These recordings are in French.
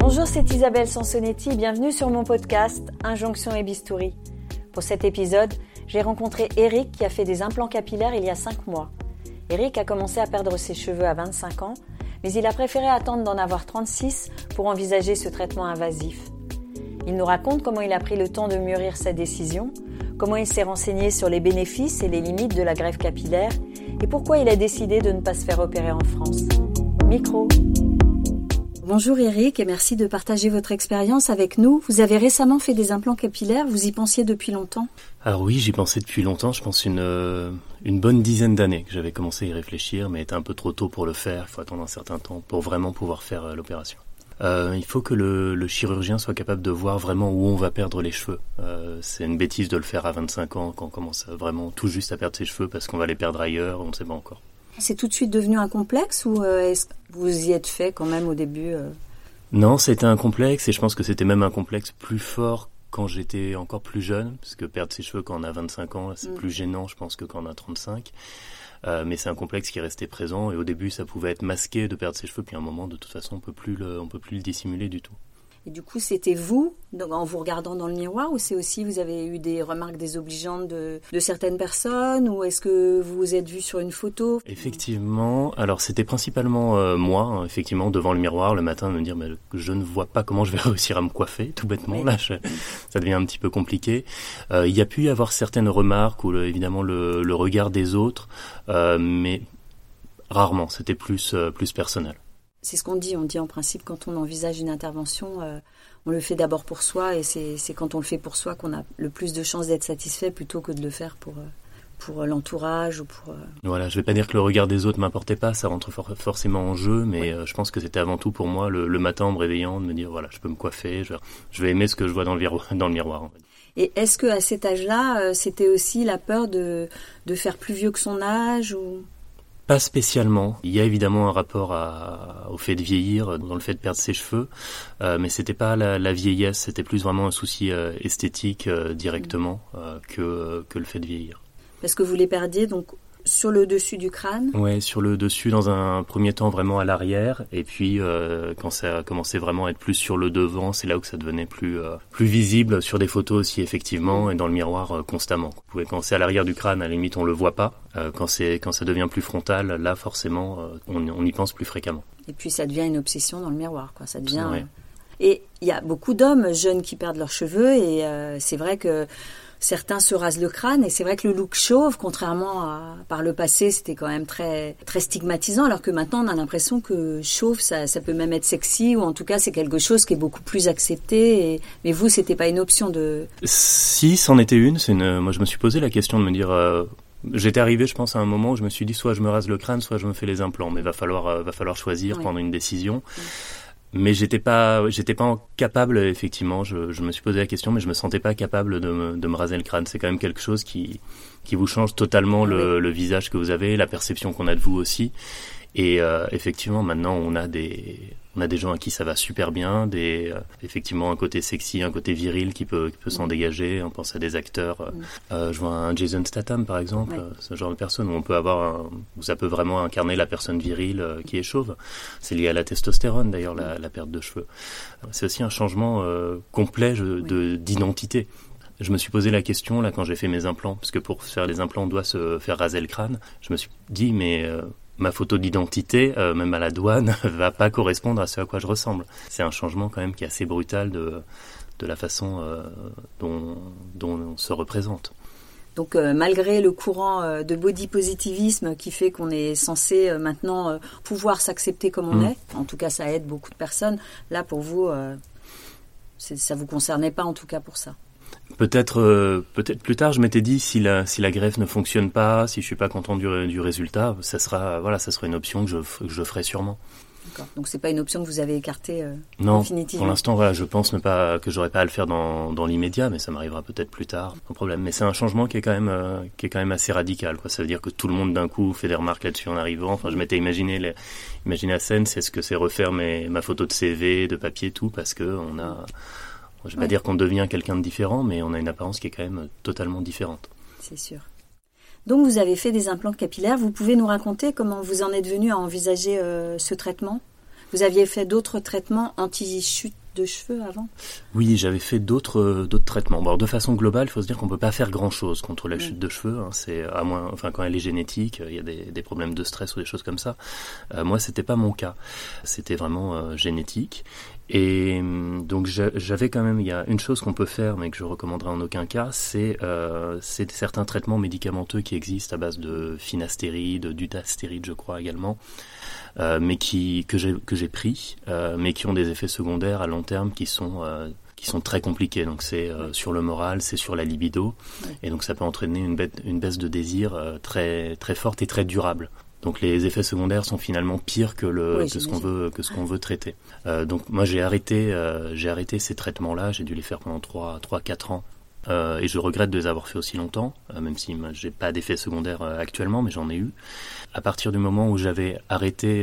Bonjour, c'est Isabelle Sansonetti, bienvenue sur mon podcast Injonction et Bistouri. Pour cet épisode, j'ai rencontré Eric qui a fait des implants capillaires il y a 5 mois. Eric a commencé à perdre ses cheveux à 25 ans, mais il a préféré attendre d'en avoir 36 pour envisager ce traitement invasif. Il nous raconte comment il a pris le temps de mûrir sa décision, comment il s'est renseigné sur les bénéfices et les limites de la greffe capillaire et pourquoi il a décidé de ne pas se faire opérer en France. Micro. Bonjour Eric et merci de partager votre expérience avec nous. Vous avez récemment fait des implants capillaires, vous y pensiez depuis longtemps ? Alors oui, j'y pensais depuis longtemps, je pense une bonne dizaine d'années que j'avais commencé à y réfléchir, mais il était un peu trop tôt pour le faire, il faut attendre un certain temps pour vraiment pouvoir faire l'opération. Il faut que le chirurgien soit capable de voir vraiment où on va perdre les cheveux. C'est une bêtise de le faire à 25 ans quand on commence vraiment tout juste à perdre ses cheveux parce qu'on va les perdre ailleurs, on ne sait pas encore. C'est tout de suite devenu un complexe ou est-ce que vous y êtes fait quand même au début Non, c'était un complexe et je pense que c'était même un complexe plus fort quand j'étais encore plus jeune, parce que perdre ses cheveux quand on a 25 ans, c'est plus gênant je pense que quand on a 35. Mais c'est un complexe qui est resté présent et au début ça pouvait être masqué de perdre ses cheveux, puis à un moment de toute façon on peut plus le dissimuler du tout. Et du coup, c'était vous, donc, en vous regardant dans le miroir, ou c'est aussi, vous avez eu des remarques désobligeantes de certaines personnes, ou est-ce que vous vous êtes vu sur une photo ? Effectivement, alors c'était principalement moi, hein, effectivement, devant le miroir le matin, de me dire je ne vois pas comment je vais réussir à me coiffer, tout bêtement, oui. Là, ça devient un petit peu compliqué. Il y a pu y avoir certaines remarques, ou évidemment le regard des autres, mais rarement, c'était plus personnel. C'est ce qu'on dit. On dit en principe quand on envisage une intervention, on le fait d'abord pour soi et c'est quand on le fait pour soi qu'on a le plus de chances d'être satisfait plutôt que de le faire pour l'entourage ou pour... Voilà, je vais pas dire que le regard des autres m'importait pas, ça rentre forcément en jeu, mais je pense que c'était avant tout pour moi le matin en me réveillant de me dire voilà, je peux me coiffer, je vais aimer ce que je vois dans le miroir. En fait. Et est-ce que à cet âge-là, c'était aussi la peur de faire plus vieux que son âge ou... Pas spécialement. Il y a évidemment un rapport au fait de vieillir, dans le fait de perdre ses cheveux, mais c'était pas la vieillesse, c'était plus vraiment un souci esthétique directement que le fait de vieillir. Parce que vous les perdiez donc sur le dessus du crâne ? Ouais, sur le dessus dans un premier temps vraiment à l'arrière, et puis quand ça a commencé vraiment à être plus sur le devant, c'est là où ça devenait plus visible sur des photos aussi effectivement et dans le miroir constamment. Quand c'est à l'arrière du crâne, à la limite on le voit pas. Quand ça devient plus frontal, là forcément on y pense plus fréquemment. Et puis ça devient une obsession dans le miroir, quoi. Ça devient. Ouais. Et il y a beaucoup d'hommes jeunes qui perdent leurs cheveux et c'est vrai que certains se rasent le crâne et c'est vrai que le look chauve, contrairement à par le passé, c'était quand même très très stigmatisant, alors que maintenant on a l'impression que chauve ça peut même être sexy ou en tout cas c'est quelque chose qui est beaucoup plus accepté. Mais vous, c'était pas une option de... Si, c'en était une. Moi, je me suis posé la question de me dire. J'étais arrivé, je pense, à un moment où je me suis dit soit je me rase le crâne, soit je me fais les implants, mais va falloir choisir, oui. Prendre une décision. Oui. Mais j'étais pas capable, effectivement, je me suis posé la question, mais je me sentais pas capable de me raser le crâne. C'est quand même quelque chose qui vous change totalement le visage que vous avez, la perception qu'on a de vous aussi. Et effectivement, maintenant, on a des gens à qui ça va super bien, effectivement un côté sexy, un côté viril qui peut s'en dégager. On pense à des acteurs, je vois un Jason Statham par exemple, ce genre de personne où on peut où ça peut vraiment incarner la personne virile qui est chauve. C'est lié à la testostérone d'ailleurs, la perte de cheveux. C'est aussi un changement complet d'identité. Je me suis posé la question là quand j'ai fait mes implants, parce que pour faire les implants on doit se faire raser le crâne. Je me suis dit mais ma photo d'identité, même à la douane, va pas correspondre à ce à quoi je ressemble. C'est un changement quand même qui est assez brutal de la façon dont on se représente. Donc malgré le courant de body positivisme qui fait qu'on est censé maintenant pouvoir s'accepter comme on est, en tout cas ça aide beaucoup de personnes, là pour vous, ça vous concernait pas en tout cas pour ça. Peut-être plus tard, je m'étais dit si la greffe ne fonctionne pas, si je suis pas content du résultat, ça sera une option que je ferai sûrement. D'accord. Donc c'est pas une option que vous avez écartée non, définitivement. Pour l'instant, je pense que j'aurai pas à le faire dans l'immédiat, mais ça m'arrivera peut-être plus tard, sans problème. Mais c'est un changement qui est quand même assez radical, quoi. Ça veut dire que tout le monde d'un coup fait des remarques là-dessus en arrivant. Enfin, je m'étais imaginé la scène, c'est ce que c'est refaire ma photo de CV, de papier, tout, parce que on a. Je vais pas dire qu'on devient quelqu'un de différent, mais on a une apparence qui est quand même totalement différente. C'est sûr. Donc vous avez fait des implants capillaires. Vous pouvez nous raconter comment vous en êtes venu à envisager ce traitement ? Vous aviez fait d'autres traitements anti-chute de cheveux avant ? Oui, j'avais fait d'autres traitements. Bon, de façon globale, il faut se dire qu'on peut pas faire grand-chose contre la chute de cheveux. C'est à moins, quand elle est génétique, il y a des problèmes de stress ou des choses comme ça. Moi, c'était pas mon cas. C'était vraiment génétique. Et donc j'avais quand même, il y a une chose qu'on peut faire, mais que je recommanderais en aucun cas, c'est certains traitements médicamenteux qui existent à base de finastéride, d'utastéride, je crois également. Mais que j'ai pris, mais qui ont des effets secondaires à long terme qui sont très compliqués. Donc c'est sur le moral, c'est sur la libido, et donc ça peut entraîner une baisse de désir très très forte et très durable. Donc les effets secondaires sont finalement pires que ce qu'on veut traiter. Donc moi j'ai arrêté ces traitements-là. J'ai dû les faire pendant 3-4 ans. Et je regrette de les avoir fait aussi longtemps, même si j'ai pas d'effets secondaires actuellement, mais j'en ai eu. À partir du moment où j'avais arrêté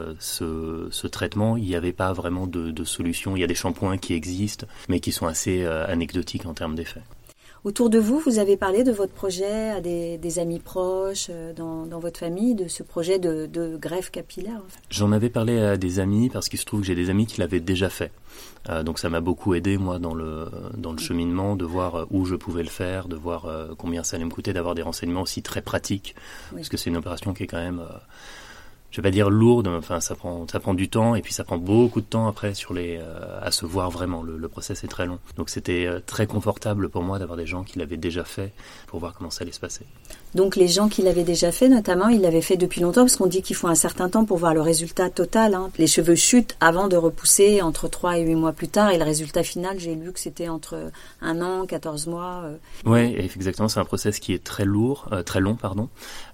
ce traitement, il n'y avait pas vraiment de solution. Il y a des shampoings qui existent, mais qui sont assez anecdotiques en termes d'effets. Autour de vous, vous avez parlé de votre projet à des amis proches, dans votre famille, de ce projet de greffe capillaire. J'en avais parlé à des amis parce qu'il se trouve que j'ai des amis qui l'avaient déjà fait. Donc ça m'a beaucoup aidé, moi, dans le cheminement, de voir où je pouvais le faire, de voir combien ça allait me coûter, d'avoir des renseignements aussi très pratiques. Parce que c'est une opération qui est quand même... je vais pas dire lourde, enfin ça prend du temps, et puis ça prend beaucoup de temps après à se voir vraiment. Le process est très long. Donc c'était très confortable pour moi d'avoir des gens qui l'avaient déjà fait pour voir comment ça allait se passer. Donc les gens qui l'avaient déjà fait, notamment, ils l'avaient fait depuis longtemps, parce qu'on dit qu'il faut un certain temps pour voir le résultat total. Les cheveux chutent avant de repousser entre 3 et 8 mois plus tard, et le résultat final, j'ai lu que c'était entre 1 an, 14 mois. Oui, exactement, c'est un process qui est très long, pardon.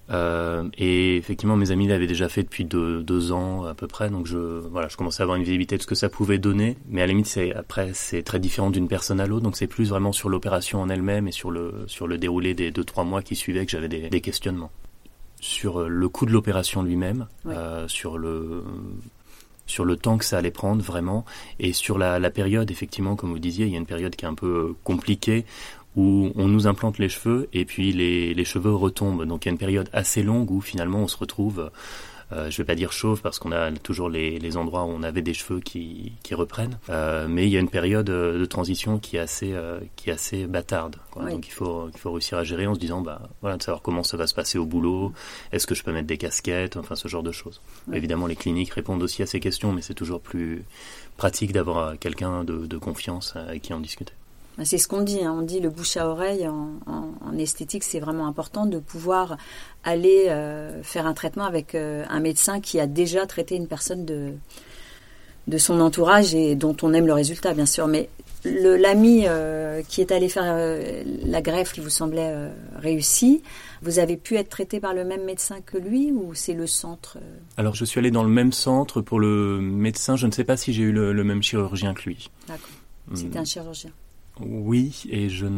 Et effectivement, mes amis l'avaient déjà fait depuis 2 ans à peu près, donc je commençais à avoir une visibilité de ce que ça pouvait donner, mais à la limite c'est très différent d'une personne à l'autre, donc c'est plus vraiment sur l'opération en elle-même et sur le déroulé des 2-3 mois qui suivaient que j'avais des questionnements. Sur le coût de l'opération lui-même, sur le temps que ça allait prendre vraiment, et sur la période, effectivement, comme vous disiez, il y a une période qui est un peu compliquée, où on nous implante les cheveux et puis les cheveux retombent. Donc il y a une période assez longue où finalement on se retrouve, je vais pas dire chauve parce qu'on a toujours les endroits où on avait des cheveux qui reprennent, mais il y a une période de transition qui est assez bâtarde, quoi. Oui. Donc il faut réussir à gérer en se disant de savoir comment ça va se passer au boulot, est-ce que je peux mettre des casquettes, enfin ce genre de choses. Oui. Évidemment les cliniques répondent aussi à ces questions, mais c'est toujours plus pratique d'avoir quelqu'un de confiance avec qui en discuter. C'est ce qu'on dit, on dit le bouche à oreille en esthétique, c'est vraiment important de pouvoir aller faire un traitement avec un médecin qui a déjà traité une personne de son entourage et dont on aime le résultat, bien sûr. Mais l'ami qui est allé faire la greffe qui vous semblait réussie, vous avez pu être traité par le même médecin que lui ou c'est le centre Alors je suis allé dans le même centre pour le médecin, je ne sais pas si j'ai eu le même chirurgien que lui. D'accord, c'était un chirurgien. Oui, et je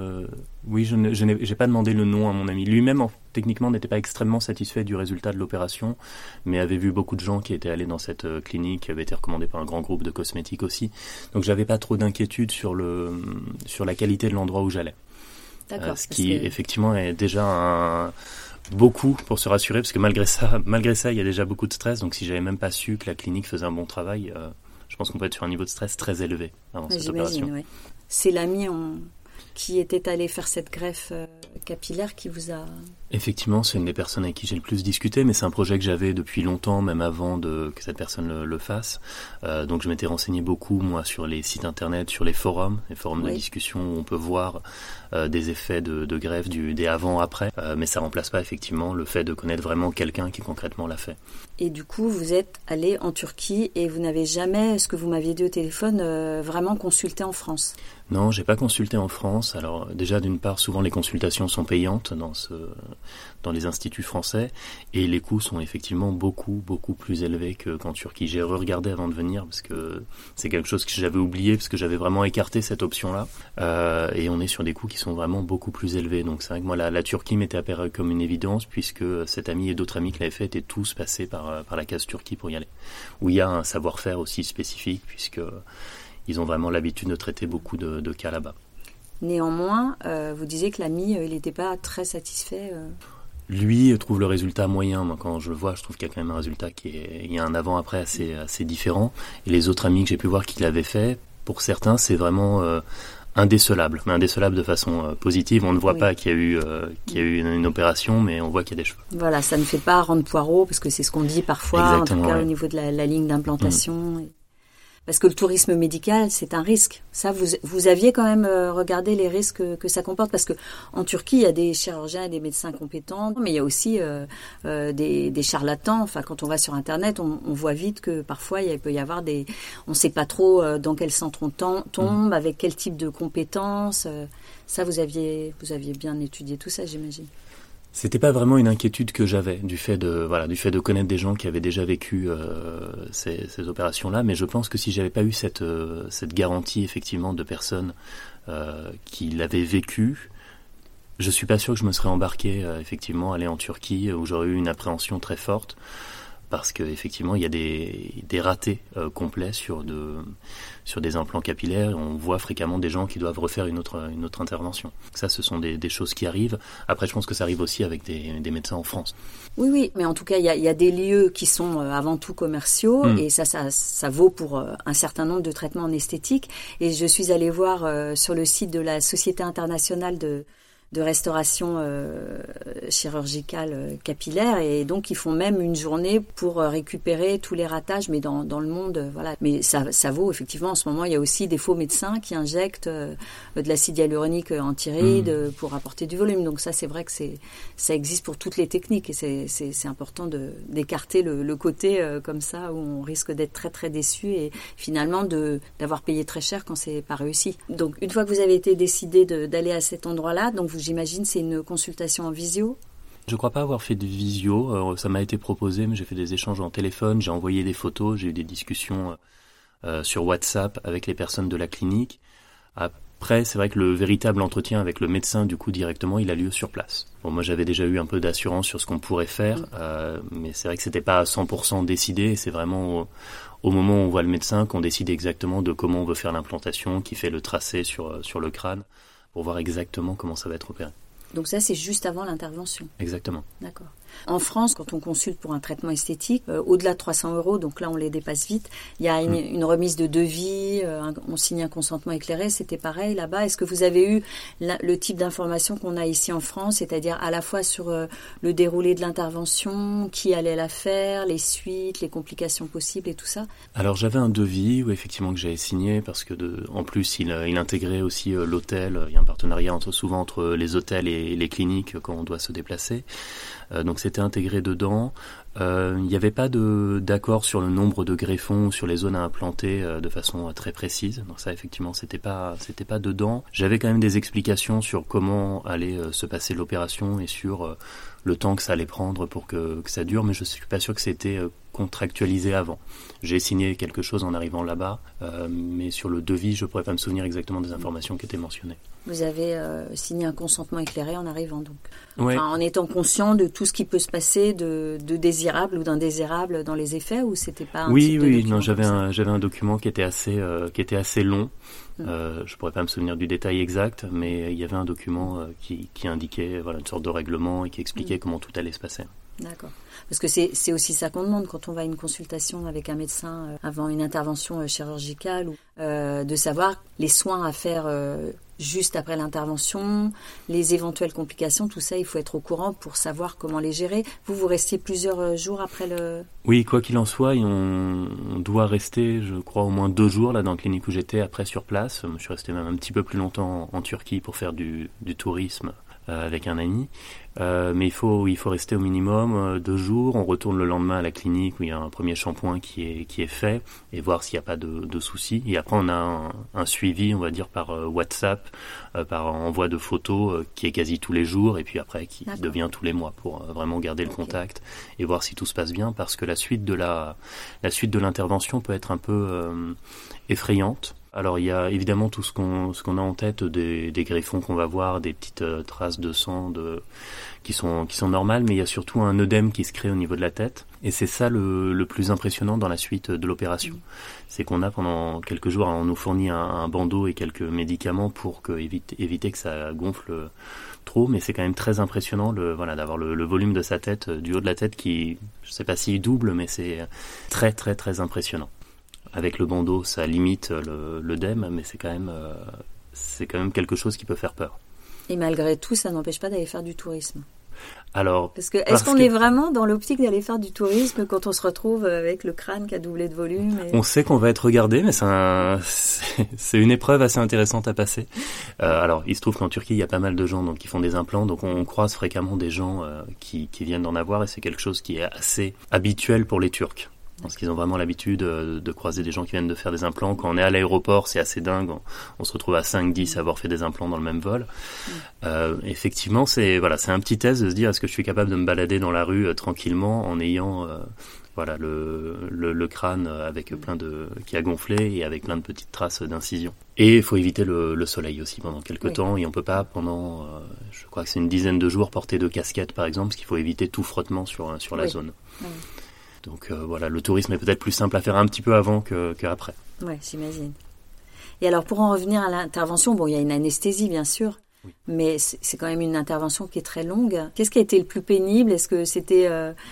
n'ai pas demandé le nom à mon ami. Lui-même, techniquement, n'était pas extrêmement satisfait du résultat de l'opération, mais avait vu beaucoup de gens qui étaient allés dans cette clinique, qui avait été recommandée par un grand groupe de cosmétiques aussi. Donc, j'avais pas trop d'inquiétude sur la qualité de l'endroit où j'allais. D'accord. Ce qui, effectivement, est déjà beaucoup pour se rassurer, parce que malgré ça, il y a déjà beaucoup de stress. Donc, si j'avais même pas su que la clinique faisait un bon travail, je pense qu'on peut être sur un niveau de stress très élevé avant cette opération. Ouais. C'est l'ami qui était allé faire cette greffe capillaire qui vous a... Effectivement, c'est une des personnes avec qui j'ai le plus discuté, mais c'est un projet que j'avais depuis longtemps, même avant que cette personne le fasse. Donc je m'étais renseigné beaucoup, moi, sur les sites internet, sur les forums de discussion où on peut voir des effets de greffe, des avant-après, mais ça remplace pas effectivement le fait de connaître vraiment quelqu'un qui concrètement l'a fait. Et du coup, vous êtes allé en Turquie et vous n'avez jamais, ce que vous m'aviez dit au téléphone, vraiment consulté en France ? Non, j'ai pas consulté en France. Alors déjà, d'une part, souvent les consultations sont payantes dans les instituts français et les coûts sont effectivement beaucoup plus élevés qu'en Turquie. J'ai regardé avant de venir parce que c'est quelque chose que j'avais oublié parce que j'avais vraiment écarté cette option-là et on est sur des coûts qui sont vraiment beaucoup plus élevés. Donc c'est vrai que moi la Turquie m'était apparue comme une évidence puisque cet ami et d'autres amis qui l'avaient fait étaient tous passés par la case Turquie pour y aller, où il y a un savoir-faire aussi spécifique puisque ils ont vraiment l'habitude de traiter beaucoup de cas là-bas. Néanmoins, vous disiez que l'ami, il n'était pas très satisfait. lui trouve le résultat moyen. Moi, quand je le vois, je trouve qu'il y a quand même un résultat il y a un avant-après assez différent. Et les autres amis que j'ai pu voir qui l'avaient fait, pour certains, c'est vraiment indécelable, mais indécelable de façon positive. On ne voit pas qu'il y a eu une opération, mais on voit qu'il y a des cheveux. Voilà, ça ne fait pas rendre poireau, parce que c'est ce qu'on dit parfois, exactement, en tout cas au niveau de la ligne d'implantation. Parce que le tourisme médical, c'est un risque. Ça, vous aviez quand même regardé les risques que ça comporte, parce que en Turquie, il y a des chirurgiens et des médecins compétents, mais il y a aussi des charlatans. Enfin, quand on va sur Internet, on voit vite que parfois il peut y avoir on ne sait pas trop dans quel centre on tombe, avec quel type de compétences. Ça, vous aviez bien étudié tout ça, j'imagine. C'était pas vraiment une inquiétude que j'avais du fait de connaître des gens qui avaient déjà vécu ces opérations-là, mais je pense que si j'avais pas eu cette garantie effectivement de personnes qui l'avaient vécu, je suis pas sûr que je me serais embarqué effectivement aller en Turquie où j'aurais eu une appréhension très forte, parce que effectivement il y a des ratés complets sur des implants capillaires. On voit fréquemment des gens qui doivent refaire une autre intervention. Ça, ce sont des choses qui arrivent. Après, je pense que ça arrive aussi avec des médecins en France. Oui, mais en tout cas, il y a des lieux qui sont avant tout commerciaux, et ça vaut pour un certain nombre de traitements en esthétique. Et je suis allée voir sur le site de la Société internationale de restauration chirurgicale capillaire, et donc ils font même une journée pour récupérer tous les ratages, mais dans le monde, voilà. Mais ça vaut effectivement, en ce moment, il y a aussi des faux médecins qui injectent de l'acide hyaluronique en thyroïde pour apporter du volume. Donc ça, c'est vrai que ça existe pour toutes les techniques, et c'est important d'écarter le côté comme ça où on risque d'être très très déçu et finalement d'avoir payé très cher quand c'est pas réussi. Donc une fois que vous avez été décidé d'aller à cet endroit-là, donc j'imagine c'est une consultation en visio? Je crois pas avoir fait de visio, ça m'a été proposé, mais j'ai fait des échanges en téléphone, j'ai envoyé des photos, j'ai eu des discussions sur WhatsApp avec les personnes de la clinique. Après, c'est vrai que le véritable entretien avec le médecin, du coup, directement, il a lieu sur place. Bon, moi, j'avais déjà eu un peu d'assurance sur ce qu'on pourrait faire, mais c'est vrai que c'était pas à 100% décidé, c'est vraiment au moment où on voit le médecin qu'on décide exactement de comment on veut faire l'implantation, qui fait le tracé sur le crâne, pour voir exactement comment ça va être opéré. Donc ça, c'est juste avant l'intervention. Exactement. D'accord. En France, quand on consulte pour un traitement esthétique, au-delà de 300 €, donc là on les dépasse vite, il y a une remise de devis, on signe un consentement éclairé, c'était pareil là-bas. Est-ce que vous avez eu le type d'information qu'on a ici en France, c'est-à-dire à la fois sur le déroulé de l'intervention, qui allait la faire, les suites, les complications possibles et tout ça? Alors j'avais un devis, effectivement, que j'avais signé, parce que en plus il intégrait aussi l'hôtel. Il y a un partenariat souvent entre les hôtels et les cliniques quand on doit se déplacer. Donc c'était intégré dedans. Il n'y avait pas d'accord sur le nombre de greffons, sur les zones à implanter de façon très précise. Donc ça, effectivement, c'était pas dedans. J'avais quand même des explications sur comment allait se passer l'opération et sur le temps que ça allait prendre pour que ça dure, mais je suis pas sûr que c'était contractualisé avant. J'ai signé quelque chose en arrivant là-bas, mais sur le devis, je pourrais pas me souvenir exactement des informations qui étaient mentionnées. Vous avez signé un consentement éclairé en arrivant, donc. Ouais. Enfin, en étant conscient de tout ce qui peut se passer de désirable ou d'indésirable dans les effets, ou c'était pas un type de document? Non, j'avais un document qui était assez long. Je pourrais pas me souvenir du détail exact, mais il y avait un document qui indiquait une sorte de règlement et qui expliquait comment tout allait se passer. D'accord. Parce que c'est aussi ça qu'on demande quand on va à une consultation avec un médecin avant une intervention chirurgicale, de savoir les soins à faire juste après l'intervention, les éventuelles complications, tout ça, il faut être au courant pour savoir comment les gérer. Vous restez plusieurs jours après le... Oui, quoi qu'il en soit, on doit rester, je crois, au moins 2 jours là dans la clinique où j'étais, après sur place. Je suis resté même un petit peu plus longtemps en Turquie pour faire du tourisme avec un ami. Mais il faut rester au minimum 2 jours. On retourne le lendemain à la clinique où il y a un premier shampoing qui est fait et voir s'il n'y a pas de soucis. Et après, on a un suivi, on va dire, par WhatsApp, par envoi de photos qui est quasi tous les jours et puis après qui devient tous les mois pour vraiment garder le contact et voir si tout se passe bien, parce que la suite de l'intervention peut être un peu effrayante. Alors il y a évidemment tout ce qu'on a en tête, des greffons qu'on va voir, des petites traces de sang qui sont normales, mais il y a surtout un œdème qui se crée au niveau de la tête, et c'est ça le plus impressionnant dans la suite de l'opération. C'est qu'on a pendant quelques jours, on nous fournit un bandeau et quelques médicaments pour éviter que ça gonfle trop, mais c'est quand même très impressionnant d'avoir le volume de sa tête, du haut de la tête qui, je sais pas s'il double, mais c'est très très très impressionnant. Avec le bandeau, ça limite l'œdème, mais c'est quand même quelque chose qui peut faire peur. Et malgré tout, ça n'empêche pas d'aller faire du tourisme. Alors, Est-ce qu'on est vraiment dans l'optique d'aller faire du tourisme quand on se retrouve avec le crâne qui a doublé de volume On sait qu'on va être regardé, mais c'est une épreuve assez intéressante à passer. Alors, il se trouve qu'en Turquie, il y a pas mal de gens qui font des implants, donc on croise fréquemment des gens qui viennent d'en avoir, et c'est quelque chose qui est assez habituel pour les Turcs. Parce qu'ils ont vraiment l'habitude de croiser des gens qui viennent de faire des implants. Quand on est à l'aéroport, c'est assez dingue. On se retrouve à 5-10 à avoir fait des implants dans le même vol. Effectivement, c'est un petit test de se dire est-ce que je suis capable de me balader dans la rue tranquillement en ayant le crâne avec qui a gonflé et avec plein de petites traces d'incision. Et il faut éviter le soleil aussi pendant quelques temps, et on peut pas pendant je crois que c'est une dizaine de jours porter de casquettes par exemple, parce qu'il faut éviter tout frottement sur la zone. Oui. Donc le tourisme est peut-être plus simple à faire un petit peu avant qu'après. Oui, j'imagine. Et alors pour en revenir à l'intervention, il y a une anesthésie bien sûr, oui. Mais c'est quand même une intervention qui est très longue. Qu'est-ce qui a été le plus pénible ? Est-ce que c'était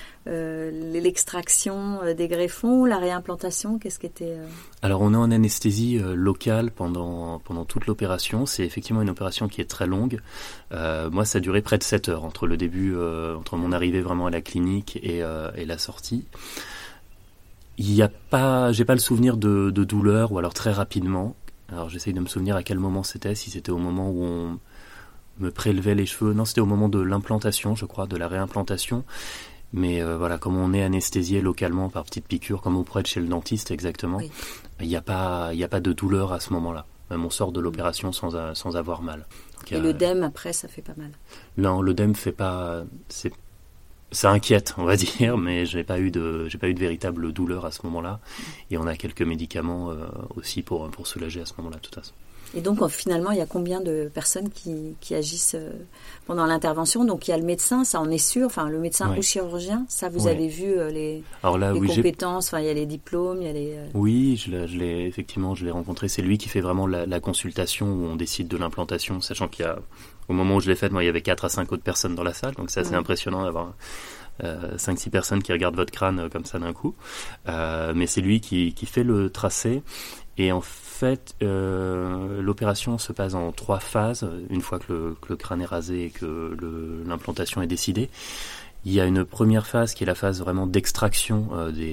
l'extraction des greffons, la réimplantation ? Qu'est-ce qui était Alors on est en anesthésie locale pendant toute l'opération. C'est effectivement une opération qui est très longue. Moi, ça a duré près de 7 heures entre le début, entre mon arrivée vraiment à la clinique et la sortie. J'ai pas le souvenir de douleur, ou alors très rapidement. Alors j'essaye de me souvenir à quel moment c'était, si c'était au moment où on me prélevait les cheveux. Non, c'était au moment de l'implantation, je crois, de la réimplantation. Mais comme on est anesthésié localement par petites piqûres, comme on pourrait être chez le dentiste exactement, oui. Il n'y a pas de douleur à ce moment-là. Même on sort de l'opération sans avoir mal. Donc, et l'œdème après, ça fait pas mal ? Non, l'œdème fait pas. Ça inquiète, on va dire, mais j'ai pas eu de véritable douleur à ce moment-là. Et on a quelques médicaments aussi pour soulager à ce moment-là, de toute façon. Et donc, finalement, il y a combien de personnes qui agissent pendant l'intervention ? Donc, il y a le médecin, ça, on est sûr, le médecin ou chirurgien, ça, vous avez vu les compétences, il y a les diplômes, il y a les... Oui, effectivement, je l'ai rencontré. C'est lui qui fait vraiment la consultation où on décide de l'implantation, sachant au moment où je l'ai faite, il y avait 4 à 5 autres personnes dans la salle, donc c'est assez impressionnant d'avoir 5-6 personnes qui regardent votre crâne comme ça d'un coup. Mais c'est lui qui fait le tracé. Et en fait, l'opération se passe en 3 phases. Une fois que le crâne est rasé et que l'implantation est décidée, il y a une première phase qui est la phase vraiment d'extraction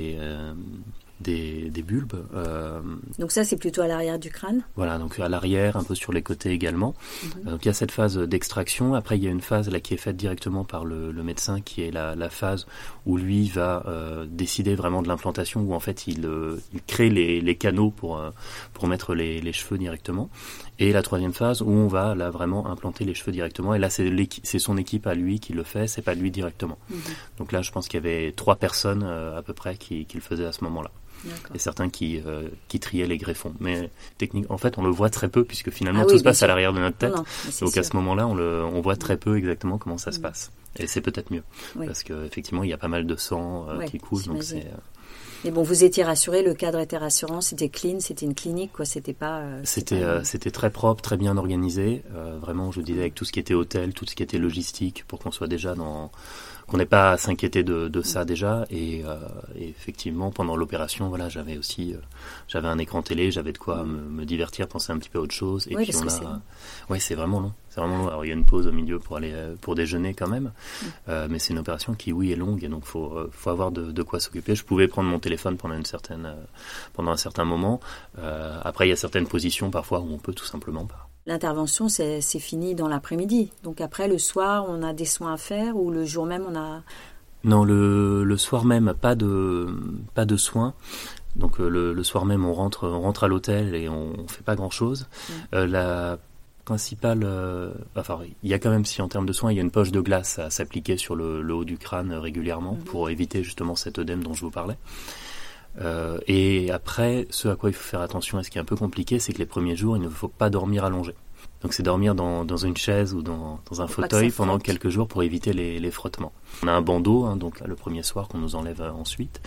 des bulbes. Donc ça, c'est plutôt à l'arrière du crâne ? Voilà, donc à l'arrière, un peu sur les côtés également. Donc il y a cette phase d'extraction. Après, il y a une phase là qui est faite directement par le médecin, qui est la phase où lui va décider vraiment de l'implantation, où en fait il crée les canaux pour mettre les cheveux directement. Et la 3e phase où on va là vraiment implanter les cheveux directement. Et là, c'est son équipe à lui qui le fait, c'est pas lui directement. Donc là, je pense qu'il y avait 3 personnes à peu près qui le faisaient à ce moment-là. D'accord. Et certains qui triaient les greffons. Mais techniquement, en fait, on le voit très peu, puisque finalement tout se passe à l'arrière de notre tête. Non, donc à ce moment-là, on voit très peu exactement comment ça se passe. Et c'est peut-être mieux, parce qu'effectivement, il y a pas mal de sang qui coule. Donc c'est... Mais bon, vous étiez rassuré, le cadre était rassurant, c'était clean, c'était une clinique, quoi. C'était pas. C'était très propre, très bien organisé. Vraiment, je vous disais, avec tout ce qui était hôtel, tout ce qui était logistique, pour qu'on soit déjà qu'on n'ait pas à s'inquiéter de ça déjà. Et effectivement, pendant l'opération, j'avais un écran télé, j'avais de quoi me divertir, penser un petit peu à autre chose. Et puis c'est vraiment long. C'est vraiment long. Alors il y a une pause au milieu pour déjeuner quand même, mais c'est une opération qui est longue, et donc faut avoir de quoi s'occuper. Je pouvais prendre mon téléphone pendant un certain moment. Après, il y a certaines positions parfois où on peut tout simplement pas. L'intervention, c'est fini dans l'après-midi. Donc après, le soir, on a des soins à faire, ou le jour même, on a... Non, le soir même, pas de soins. Donc le soir même, on rentre à l'hôtel et on fait pas grand-chose. La principale... il y a quand même, si en termes de soins, il y a une poche de glace à s'appliquer sur le haut du crâne régulièrement pour éviter justement cet œdème dont je vous parlais. Et après, ce à quoi il faut faire attention et ce qui est un peu compliqué, c'est que les premiers jours, il ne faut pas dormir allongé. Donc c'est dormir dans une chaise ou dans un fauteuil pendant quelques jours pour éviter les frottements. On a un bandeau, donc là, le premier soir qu'on nous enlève ensuite.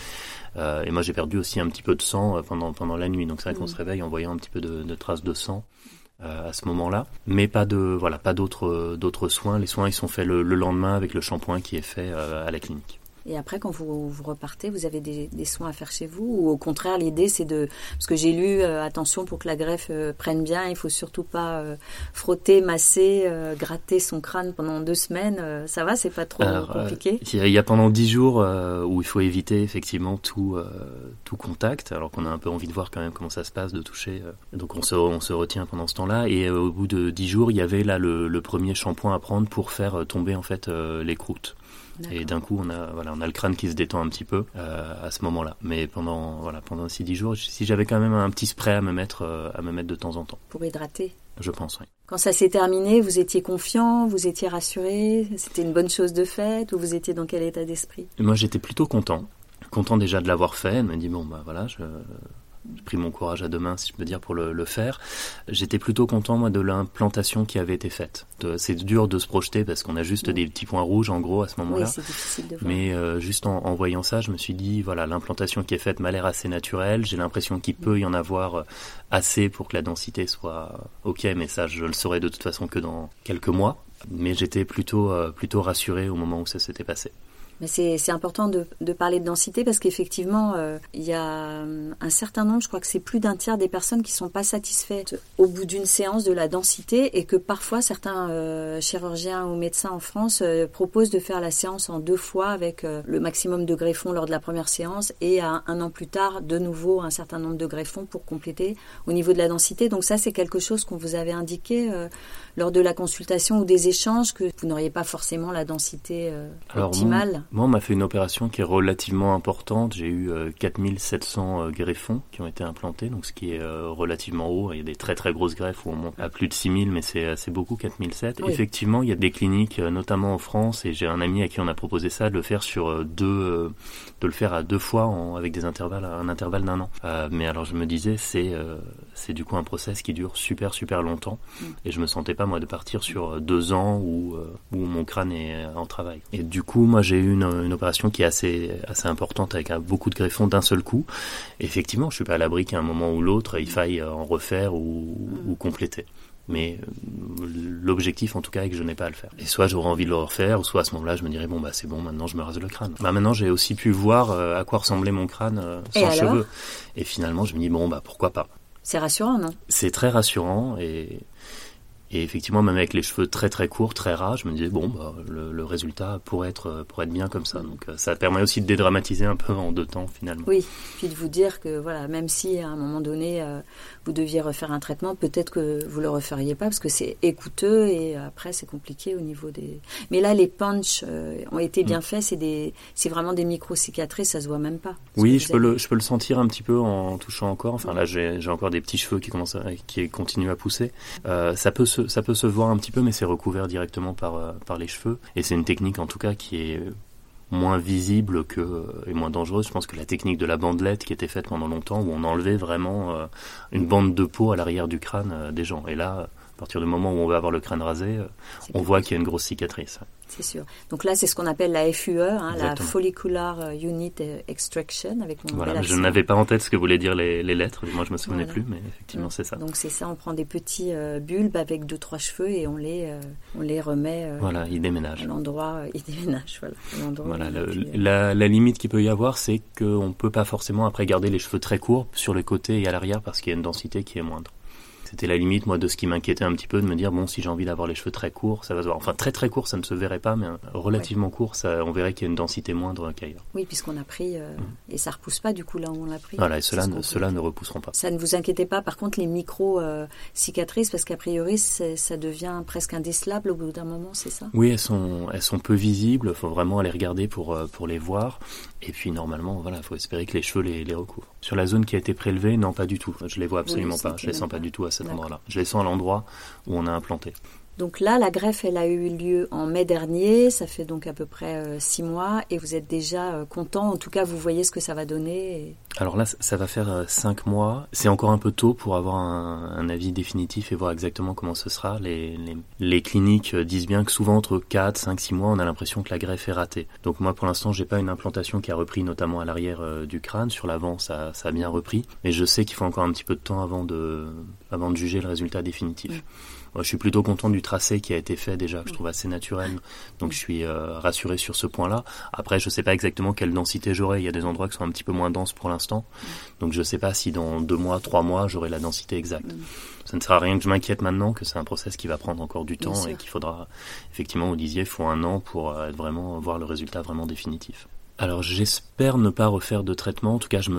Et moi j'ai perdu aussi un petit peu de sang pendant la nuit. Donc c'est vrai qu'on se réveille en voyant un petit peu de traces de sang à ce moment-là. Mais pas d'autres soins. Les soins ils sont faits le lendemain avec le shampoing qui est fait à la clinique. Et après, quand vous repartez, vous avez des soins à faire chez vous ou au contraire, l'idée c'est parce que j'ai lu, attention pour que la greffe prenne bien, il faut surtout pas frotter, masser, gratter son crâne pendant 2 semaines. Ça va, c'est pas trop compliqué? Il y a pendant 10 jours où il faut éviter effectivement tout contact, alors qu'on a un peu envie de voir quand même comment ça se passe, de toucher. Donc on se retient pendant ce temps-là. Et au bout de 10 jours, il y avait là le premier shampoing à prendre pour faire tomber en fait les croûtes. D'accord. Et d'un coup, on a le crâne qui se détend un petit peu à ce moment-là. Mais pendant 6-10 jours, si j'avais quand même un petit spray à me mettre de temps en temps. Pour hydrater. Je pense, oui. Quand ça s'est terminé, vous étiez confiant, vous étiez rassuré, c'était une bonne chose de faite ou vous étiez dans quel état d'esprit? Moi, j'étais plutôt content déjà de l'avoir fait. Elle m'a dit bon voilà, j'ai pris mon courage à 2 mains, si je peux dire, pour le faire. J'étais plutôt content, moi, de l'implantation qui avait été faite. C'est dur de se projeter parce qu'on a juste des petits points rouges, en gros, à ce moment-là. Oui, c'est difficile de voir. Mais juste en voyant ça, je me suis dit, voilà, l'implantation qui est faite m'a l'air assez naturelle. J'ai l'impression qu'il peut y en avoir assez pour que la densité soit OK, mais ça, je le saurai de toute façon que dans quelques mois. Mais j'étais plutôt rassuré au moment où ça s'était passé. Mais c'est important de parler de densité parce qu'effectivement, il y a un certain nombre, je crois que c'est plus d'un tiers des personnes qui ne sont pas satisfaites au bout d'une séance de la densité et que parfois certains chirurgiens ou médecins en France proposent de faire la séance en 2 fois avec le maximum de greffons lors de la première séance et un an plus tard, de nouveau, un certain nombre de greffons pour compléter au niveau de la densité. Donc ça, c'est quelque chose qu'on vous avait indiqué lors de la consultation ou des échanges, que vous n'auriez pas forcément la densité optimale. Moi, on m'a fait une opération qui est relativement importante. J'ai eu 4700 greffons qui ont été implantés, donc ce qui est relativement haut. Il y a des très très grosses greffes où on monte à plus de 6000, mais c'est beaucoup, 4700. Oui. Effectivement, il y a des cliniques, notamment en France, et j'ai un ami à qui on a proposé ça, de le faire de le faire à 2 fois avec un intervalle d'1 an. Mais alors je me disais, c'est du coup un process qui dure super super longtemps, et je me sentais pas moi de partir sur 2 ans où mon crâne est en travail. Et du coup, moi j'ai eu une opération qui est assez importante avec beaucoup de greffons d'un seul coup. Et effectivement, je suis pas à l'abri qu'à un moment ou l'autre, il faille en refaire ou compléter. Mais l'objectif, en tout cas, est que je n'ai pas à le faire. Et soit j'aurais envie de le refaire, ou soit à ce moment-là, je me dirais, c'est bon, maintenant je me rase le crâne. Maintenant, j'ai aussi pu voir à quoi ressemblait mon crâne sans cheveux. Et finalement, je me dis, pourquoi pas. C'est rassurant, non? C'est très rassurant et effectivement, même avec les cheveux très très courts, très ras, je me disais le résultat pourrait être bien comme ça. Donc ça permet aussi de dédramatiser un peu en 2 temps finalement. Oui, puis de vous dire que voilà, même si à un moment donné vous deviez refaire un traitement, peut-être que vous le referiez pas parce que c'est coûteux et après c'est compliqué au niveau des. Mais là, les punchs ont été bien faits. C'est vraiment des micro cicatrices, ça se voit même pas. Oui, je peux le sentir un petit peu en touchant encore. Enfin là, j'ai encore des petits cheveux qui continuent à pousser. Ça peut se voir un petit peu, mais c'est recouvert directement par les cheveux. Et c'est une technique, en tout cas, qui est moins visible et moins dangereuse. Je pense que la technique de la bandelette qui était faite pendant longtemps, où on enlevait vraiment une bande de peau à l'arrière du crâne des gens. Et là, à partir du moment où on va avoir le crâne rasé, on voit qu'il y a une grosse cicatrice. C'est sûr. Donc là, c'est ce qu'on appelle la FUE, la Follicular Unit Extraction. Avec mon voilà, je n'avais pas en tête ce que voulaient dire les lettres, moi je me souvenais plus, mais effectivement c'est ça. Donc c'est ça, on prend des petits bulbes avec 2-3 cheveux et on les remet voilà, ils déménagent. À l'endroit, ils déménagent, voilà. La limite qu'il peut y avoir, c'est qu'on ne peut pas forcément après garder les cheveux très courts sur les côtés et à l'arrière parce qu'il y a une densité qui est moindre. C'était la limite, moi, de ce qui m'inquiétait un petit peu, de me dire, si j'ai envie d'avoir les cheveux très courts, ça va se voir. Enfin, très très court, ça ne se verrait pas, mais relativement court, on verrait qu'il y a une densité moindre qu'ailleurs. Oui, puisqu'on a pris, et ça ne repousse pas du coup là où on l'a pris. Voilà, et ceux-là ne repousseront pas. Ça ne vous inquiétez pas, par contre, les micro-cicatrices, parce qu'a priori, ça devient presque indécelable au bout d'un moment, c'est ça? Oui, elles sont peu visibles, il faut vraiment aller regarder pour les voir. Et puis normalement, il faut espérer que les cheveux les recouvrent. Sur la zone qui a été prélevée, non, pas du tout. Je les vois absolument pas. Je les sens pas du tout à cet endroit-là. Je les sens à l'endroit où on a implanté. Donc là, la greffe, elle a eu lieu en mai dernier, ça fait donc à peu près 6 mois, et vous êtes déjà content, en tout cas vous voyez ce que ça va donner. Alors là, ça va faire 5 mois, c'est encore un peu tôt pour avoir un avis définitif et voir exactement comment ce sera. Les cliniques disent bien que souvent entre 4, 5, 6 mois, on a l'impression que la greffe est ratée. Donc moi pour l'instant, j'ai pas une implantation qui a repris, notamment à l'arrière du crâne, sur l'avant ça a bien repris, mais je sais qu'il faut encore un petit peu de temps avant de juger le résultat définitif. Moi, je suis plutôt content du tracé qui a été fait déjà, que je trouve assez naturel. Donc je suis rassuré sur ce point-là. Après, je sais pas exactement quelle densité j'aurai. Il y a des endroits qui sont un petit peu moins denses pour l'instant. Donc je sais pas si dans 2 mois, 3 mois, j'aurai la densité exacte. Ça ne sert à rien que je m'inquiète maintenant, que c'est un process qui va prendre encore du temps et qu'il faudra, effectivement, vous disiez, il faut 1 an pour vraiment voir le résultat vraiment définitif. Alors j'espère ne pas refaire de traitement, en tout cas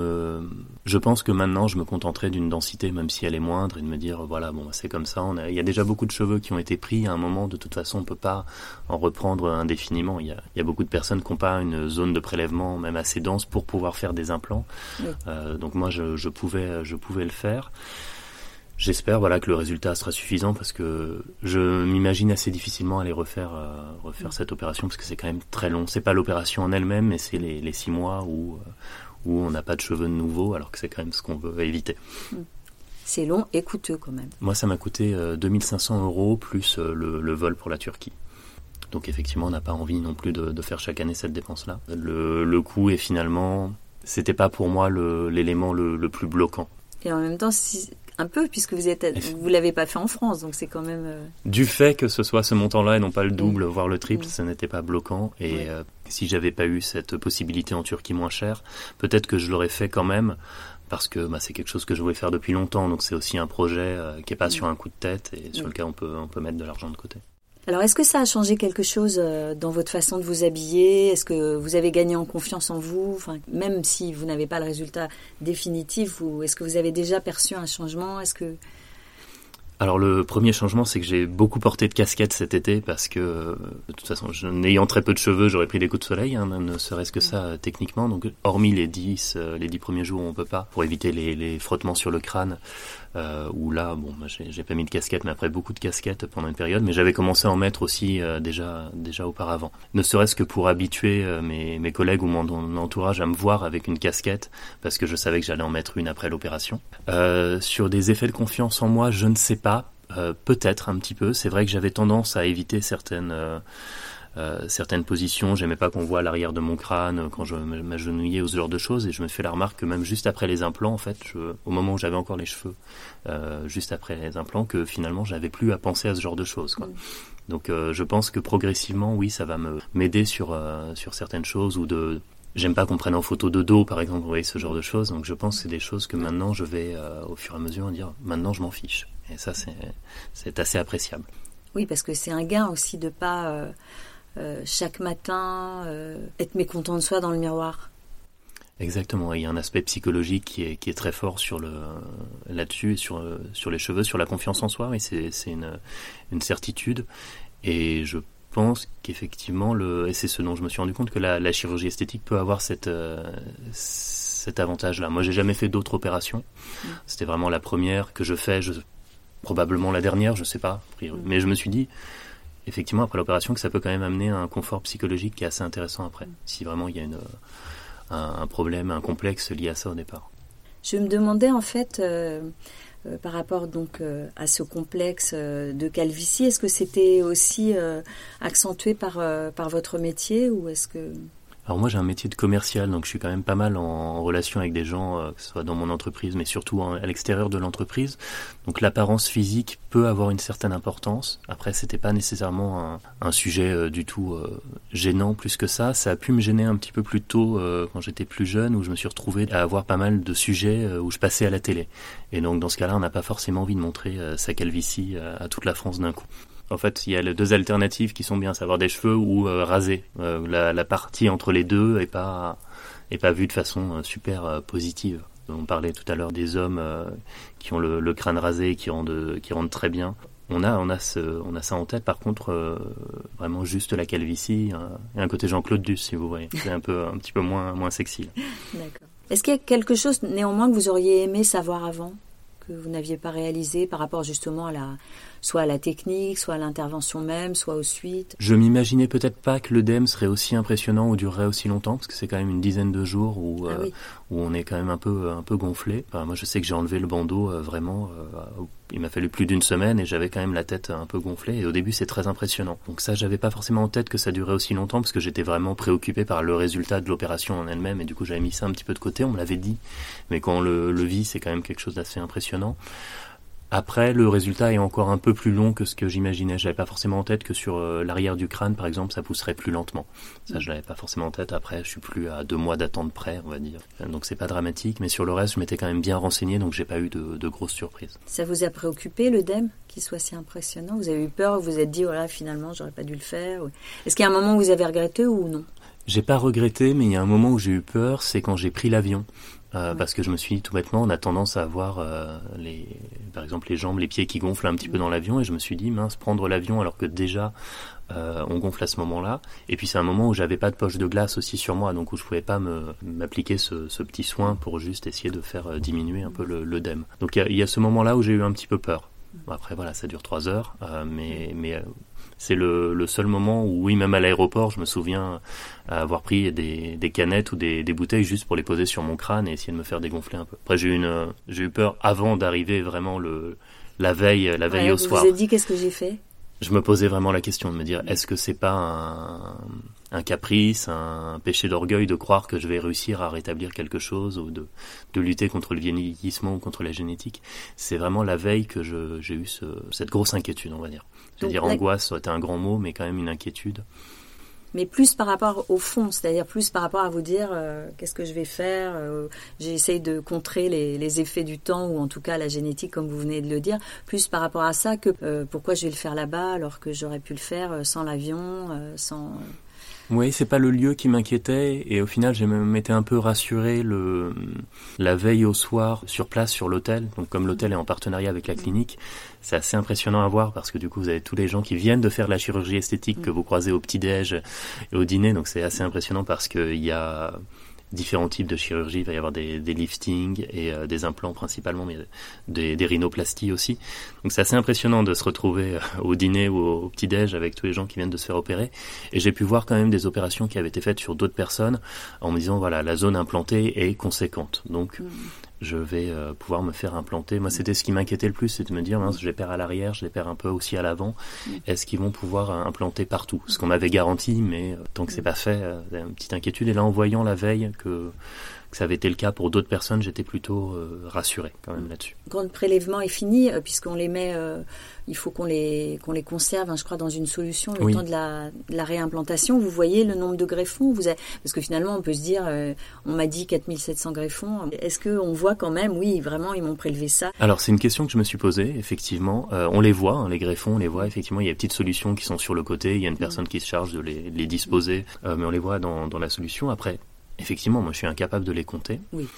je pense que maintenant je me contenterai d'une densité même si elle est moindre et de me dire voilà bon c'est comme ça, il y a déjà beaucoup de cheveux qui ont été pris à un moment, de toute façon on peut pas en reprendre indéfiniment, il y a beaucoup de personnes qui n'ont pas une zone de prélèvement même assez dense pour pouvoir faire des implants, donc moi je pouvais le faire. J'espère que le résultat sera suffisant parce que je m'imagine assez difficilement aller refaire cette opération parce que c'est quand même très long. C'est pas l'opération en elle-même, mais c'est les 6 mois où on n'a pas de cheveux de nouveau alors que c'est quand même ce qu'on veut éviter. C'est long et coûteux quand même. Moi, ça m'a coûté 2500 € plus le vol pour la Turquie. Donc effectivement, on n'a pas envie non plus de faire chaque année cette dépense-là. Le coût est finalement, c'était pas pour moi l'élément le plus bloquant. Et en même temps, un peu, puisque vous l'avez pas fait en France, donc c'est quand même... Du fait que ce soit ce montant-là et non pas le double, voire le triple, ça n'était pas bloquant. Et si j'avais pas eu cette possibilité en Turquie moins chère, peut-être que je l'aurais fait quand même, parce que c'est quelque chose que je voulais faire depuis longtemps. Donc c'est aussi un projet qui est pas sur un coup de tête et sur lequel on peut mettre de l'argent de côté. Alors, est-ce que ça a changé quelque chose dans votre façon de vous habiller ? Est-ce que vous avez gagné en confiance en vous ? Enfin, même si vous n'avez pas le résultat définitif, est-ce que vous avez déjà perçu un changement ? Alors le premier changement, c'est que j'ai beaucoup porté de casquettes cet été parce que, de toute façon, n'ayant très peu de cheveux, j'aurais pris des coups de soleil, ne serait-ce que ça techniquement. Donc, hormis les 10 premiers jours où on peut pas, pour éviter les frottements sur le crâne, où là, j'ai pas mis de casquette, mais après beaucoup de casquettes pendant une période. Mais j'avais commencé à en mettre aussi déjà auparavant. Ne serait-ce que pour habituer mes collègues ou mon entourage à me voir avec une casquette, parce que je savais que j'allais en mettre une après l'opération. Sur des effets de confiance en moi, je ne sais pas. Peut-être un petit peu. C'est vrai que j'avais tendance à éviter certaines positions. J'aimais pas qu'on voit l'arrière de mon crâne quand je m'agenouillais ou ce genre de choses. Et je me fais la remarque que même juste après les implants, en fait, au moment où j'avais encore les cheveux, juste après les implants, que finalement j'avais plus à penser à ce genre de choses, quoi. Donc je pense que progressivement, oui, ça va m'aider sur certaines choses ou j'aime pas qu'on prenne en photo de dos, par exemple, vous voyez, ce genre de choses. Donc je pense que c'est des choses que maintenant je vais, au fur et à mesure, dire maintenant je m'en fiche. Et ça, c'est assez appréciable. Oui, parce que c'est un gain aussi de pas chaque matin être mécontent de soi dans le miroir. Exactement. Il y a un aspect psychologique qui est très fort là-dessus, sur les cheveux, sur la confiance en soi. Et c'est une certitude. Et je pense qu'effectivement, et c'est ce dont je me suis rendu compte, que la chirurgie esthétique peut avoir cet avantage-là. Moi, j'ai jamais fait d'autres opérations. C'était vraiment la première que je fais, probablement la dernière, je sais pas. Mais je me suis dit, effectivement, après l'opération, que ça peut quand même amener un confort psychologique qui est assez intéressant après, si vraiment il y a un problème, un complexe lié à ça au départ. Je me demandais en fait, par rapport donc à ce complexe de calvitie, est-ce que c'était aussi accentué par votre métier ou est-ce que... Alors moi j'ai un métier de commercial, donc je suis quand même pas mal en relation avec des gens, que ce soit dans mon entreprise, mais surtout à l'extérieur de l'entreprise. Donc l'apparence physique peut avoir une certaine importance. Après c'était pas nécessairement un sujet du tout gênant plus que ça. Ça a pu me gêner un petit peu plus tôt quand j'étais plus jeune, où je me suis retrouvé à avoir pas mal de sujets où je passais à la télé. Et donc dans ce cas-là, on n'a pas forcément envie de montrer sa calvitie à toute la France d'un coup. En fait, il y a les 2 alternatives qui sont bien, savoir des cheveux ou raser. La partie entre les deux est pas vue de façon super positive. On parlait tout à l'heure des hommes qui ont le crâne rasé, qui rendent très bien. On a ça en tête. Par contre, vraiment juste la calvitie et un côté Jean-Claude Duss, si vous voyez. C'est un petit peu moins sexy. Là. D'accord. Est-ce qu'il y a quelque chose néanmoins que vous auriez aimé savoir avant, que vous n'aviez pas réalisé par rapport justement à soit à la technique, soit à l'intervention même, soit aux suites? Je m'imaginais peut-être pas que l'œdème serait aussi impressionnant ou durerait aussi longtemps, parce que c'est quand même une dizaine de jours où on est quand même un peu gonflé. Enfin, moi, je sais que j'ai enlevé le bandeau vraiment. Il m'a fallu plus d'une semaine et j'avais quand même la tête un peu gonflée. Et au début, c'est très impressionnant. Donc ça, j'avais pas forcément en tête que ça durait aussi longtemps, parce que j'étais vraiment préoccupé par le résultat de l'opération en elle-même. Et du coup, j'avais mis ça un petit peu de côté. On me l'avait dit, mais quand on le vit, c'est quand même quelque chose d'assez impressionnant. Après, le résultat est encore un peu plus long que ce que j'imaginais. J'avais pas forcément en tête que sur l'arrière du crâne, par exemple, ça pousserait plus lentement. Ça, je l'avais pas forcément en tête. Après, je suis plus à 2 mois d'attente près, on va dire. Donc c'est pas dramatique, mais sur le reste, je m'étais quand même bien renseigné, donc j'ai pas eu de grosses surprises. Ça vous a préoccupé, l'œdème, qu'il soit si impressionnant? Vous avez eu peur, vous vous êtes dit, voilà, finalement, j'aurais pas dû le faire? Est-ce qu'il y a un moment où vous avez regretté ou non? J'ai pas regretté, mais il y a un moment où j'ai eu peur, c'est quand j'ai pris l'avion. Parce que je me suis dit tout bêtement, on a tendance à avoir par exemple les jambes, les pieds qui gonflent un petit peu dans l'avion, et je me suis dit mince, prendre l'avion alors que déjà on gonfle à ce moment-là. Et puis c'est un moment où j'avais pas de poche de glace aussi sur moi, donc où je pouvais pas m'appliquer ce petit soin pour juste essayer de faire diminuer un peu l'œdème. Donc il y a ce moment-là où j'ai eu un petit peu peur. Après voilà, ça dure 3 heures, mais c'est le seul moment où, oui, même à l'aéroport, je me souviens avoir pris des canettes ou des bouteilles juste pour les poser sur mon crâne et essayer de me faire dégonfler un peu. Après, j'ai eu peur avant d'arriver vraiment la veille au soir. Vous vous êtes dit, qu'est-ce que j'ai fait? Je me posais vraiment la question de me dire, est-ce que c'est pas un caprice, un péché d'orgueil de croire que je vais réussir à rétablir quelque chose ou de lutter contre le vieillissement ou contre la génétique? C'est vraiment la veille que j'ai eu cette grosse inquiétude, on va dire. C'est-à-dire angoisse, ça aurait été un grand mot, mais quand même une inquiétude. Mais plus par rapport au fond, c'est-à-dire plus par rapport à vous dire qu'est-ce que je vais faire, j'essaye de contrer les effets du temps ou en tout cas la génétique comme vous venez de le dire, plus par rapport à ça que pourquoi je vais le faire là-bas alors que j'aurais pu le faire sans l'avion, sans... Oui, c'est pas le lieu qui m'inquiétait et au final j'ai même été un peu rassuré la veille au soir sur place sur l'hôtel. Donc comme l'hôtel est en partenariat avec la clinique, c'est assez impressionnant à voir parce que du coup vous avez tous les gens qui viennent de faire la chirurgie esthétique que vous croisez au petit-déj et au dîner. Donc c'est assez impressionnant parce qu'il y a différents types de chirurgie. Il va y avoir des liftings et des implants principalement, mais des rhinoplasties aussi. Donc c'est assez impressionnant de se retrouver au dîner ou au petit-déj avec tous les gens qui viennent de se faire opérer. Et j'ai pu voir quand même des opérations qui avaient été faites sur d'autres personnes en me disant voilà, la zone implantée est conséquente. Donc je vais pouvoir me faire implanter. Moi, c'était ce qui m'inquiétait le plus, c'est de me dire, mince, je les perds à l'arrière, je les perds un peu aussi à l'avant. Est-ce qu'ils vont pouvoir implanter partout? Ce qu'on m'avait garanti, mais tant que c'est pas fait, une petite inquiétude. Et là, en voyant la veille que ça avait été le cas pour d'autres personnes, j'étais plutôt rassuré quand même là-dessus. Quand le prélèvement est fini, puisqu'on les met, il faut qu'on les conserve, je crois, dans une solution le temps de la réimplantation. Vous voyez le nombre de greffons parce que finalement, on peut se dire, on m'a dit 4700 greffons. Est-ce qu'on voit quand même, oui, vraiment, ils m'ont prélevé ça? Alors, c'est une question que je me suis posée, effectivement. On les voit, les greffons, on les voit, effectivement. Il y a des petites solutions qui sont sur le côté. Il y a une personne qui se charge de les disposer, mais on les voit dans la solution. Après, effectivement, moi je suis incapable de les compter,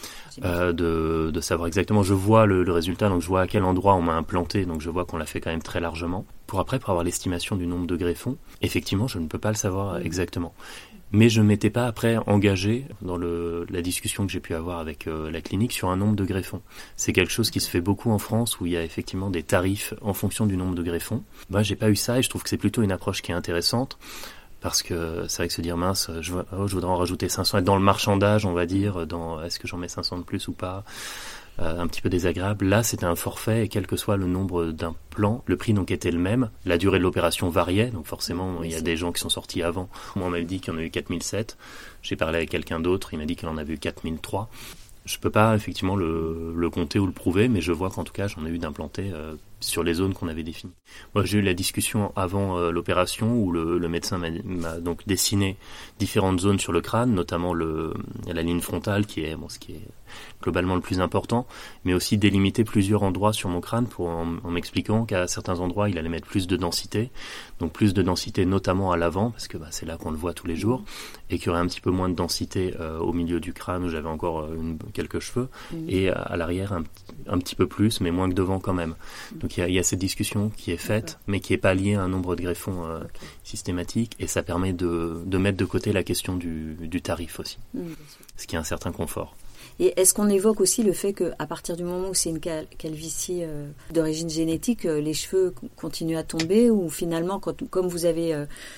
de savoir exactement. Je vois le résultat, donc je vois à quel endroit on m'a implanté, donc je vois qu'on l'a fait quand même très largement. Pour avoir l'estimation du nombre de greffons, effectivement, je ne peux pas le savoir exactement. Mais je ne m'étais pas après engagé dans la discussion que j'ai pu avoir avec la clinique sur un nombre de greffons. C'est quelque chose qui se fait beaucoup en France où il y a effectivement des tarifs en fonction du nombre de greffons. Moi, j'ai pas eu ça et je trouve que c'est plutôt une approche qui est intéressante. Parce que c'est vrai que se dire mince, je voudrais en rajouter 500, être dans le marchandage, on va dire, est-ce que j'en mets 500 de plus ou pas, un petit peu désagréable. Là, c'était un forfait et quel que soit le nombre d'implants, le prix donc était le même. La durée de l'opération variait, donc forcément, il y a des gens qui sont sortis avant. Moi, on m'avait dit qu'il y en a eu 4007. J'ai parlé avec quelqu'un d'autre, il m'a dit qu'il en avait eu 4003. Je peux pas effectivement le compter ou le prouver, mais je vois qu'en tout cas, j'en ai eu d'implantés sur les zones qu'on avait définies. Moi, j'ai eu la discussion avant l'opération où le médecin m'a donc dessiné différentes zones sur le crâne, notamment la ligne frontale qui est ce qui est globalement le plus important, mais aussi délimiter plusieurs endroits sur mon crâne en m'expliquant qu'à certains endroits, il allait mettre plus de densité, donc plus de densité notamment à l'avant, parce que c'est là qu'on le voit tous les jours, et qu'il y aurait un petit peu moins de densité au milieu du crâne où j'avais encore quelques cheveux, et à l'arrière un petit peu plus, mais moins que devant quand même. Donc il y a cette discussion qui est faite, mais qui n'est pas liée à un nombre de greffons systématique, et ça permet de mettre de côté la question du tarif aussi, ce qui est un certain confort. Et est-ce qu'on évoque aussi le fait qu'à partir du moment où c'est une calvitie d'origine génétique, les cheveux continuent à tomber, ou finalement, comme vous avez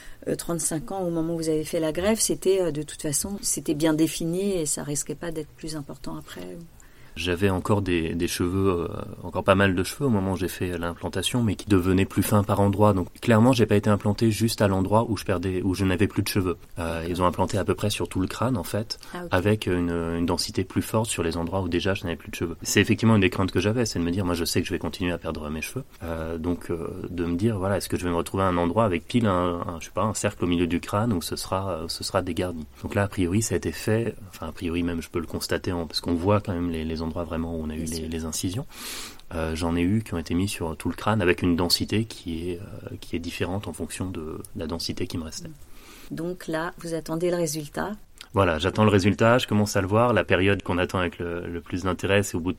35 ans au moment où vous avez fait la greffe, c'était de toute façon, c'était bien défini et ça risquait pas d'être plus important après? J'avais encore des cheveux, encore pas mal de cheveux au moment où j'ai fait l'implantation, mais qui devenaient plus fins par endroits. Donc clairement, j'ai pas été implanté juste à l'endroit où je n'avais plus de cheveux. Ils ont implanté à peu près sur tout le crâne en fait, avec une densité plus forte sur les endroits où déjà je n'avais plus de cheveux. C'est effectivement une des craintes que j'avais, c'est de me dire, moi je sais que je vais continuer à perdre mes cheveux, donc de me dire, voilà, est-ce que je vais me retrouver à un endroit avec pile un cercle au milieu du crâne où ce sera dégarni. Donc là, a priori, ça a été fait. Enfin, a priori même, je peux le constater parce qu'on voit quand même les endroits vraiment où on a eu les incisions. J'en ai eu qui ont été mis sur tout le crâne avec une densité qui est différente en fonction de la densité qui me restait. Donc là, vous attendez le résultat? Voilà, j'attends le résultat, je commence à le voir. La période qu'on attend avec le plus d'intérêt, c'est au bout de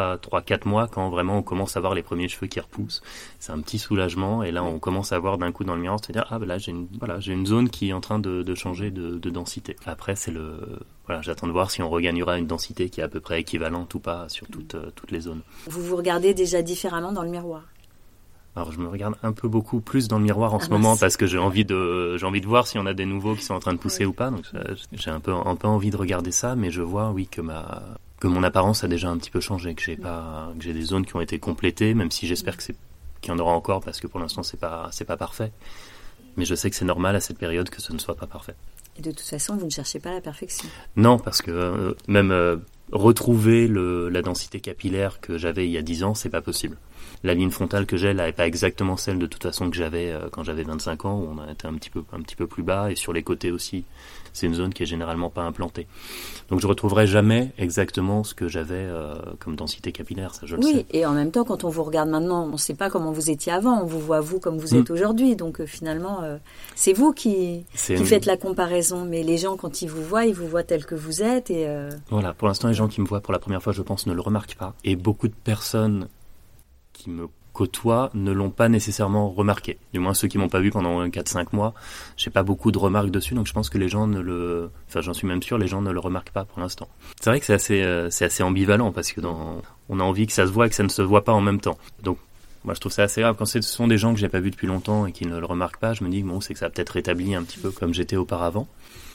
3-4 mois, quand vraiment on commence à voir les premiers cheveux qui repoussent. C'est un petit soulagement, et là on commence à voir d'un coup dans le miroir, c'est-à-dire, là j'ai une zone qui est en train de changer de densité. Après, j'attends de voir si on regagnera une densité qui est à peu près équivalente ou pas sur toutes les zones. Vous vous regardez déjà différemment dans le miroir? Alors je me regarde un peu beaucoup plus dans le miroir en ce moment parce que j'ai envie de voir si on a des nouveaux qui sont en train de pousser ou pas. Donc j'ai un peu envie de regarder ça, mais je vois que mon apparence a déjà un petit peu changé, que j'ai des zones qui ont été complétées, même si j'espère qu'il y en aura encore parce que pour l'instant c'est pas parfait. Mais je sais que c'est normal à cette période que ce ne soit pas parfait. Et de toute façon, vous ne cherchez pas la perfection? Non, parce que même retrouver la densité capillaire que j'avais il y a 10 ans, c'est pas possible. La ligne frontale que j'ai là est pas exactement celle de toute façon que j'avais quand j'avais 25 ans, où on a été un petit peu plus bas, et sur les côtés aussi. C'est une zone qui est généralement pas implantée. Donc je retrouverai jamais exactement ce que j'avais comme densité capillaire, ça je le sais. Oui, et en même temps, quand on vous regarde maintenant, on ne sait pas comment vous étiez avant, on vous voit vous comme vous êtes aujourd'hui, donc finalement, c'est vous qui faites la comparaison, mais les gens, quand ils vous voient tel que vous êtes. Et Voilà, pour l'instant, les gens qui me voient pour la première fois, je pense, ne le remarquent pas. Et beaucoup de personnes qui me côtoient ne l'ont pas nécessairement remarqué. Du moins ceux qui m'ont pas vu pendant 4-5 mois, j'ai pas beaucoup de remarques dessus, donc je pense que les gens j'en suis même sûr, les gens ne le remarquent pas pour l'instant. C'est vrai que c'est assez ambivalent parce que on a envie que ça se voit et que ça ne se voit pas en même temps. Donc moi je trouve ça assez grave quand ce sont des gens que j'ai pas vus depuis longtemps et qui ne le remarquent pas. Je me dis c'est que ça a peut-être rétabli un petit peu comme j'étais auparavant.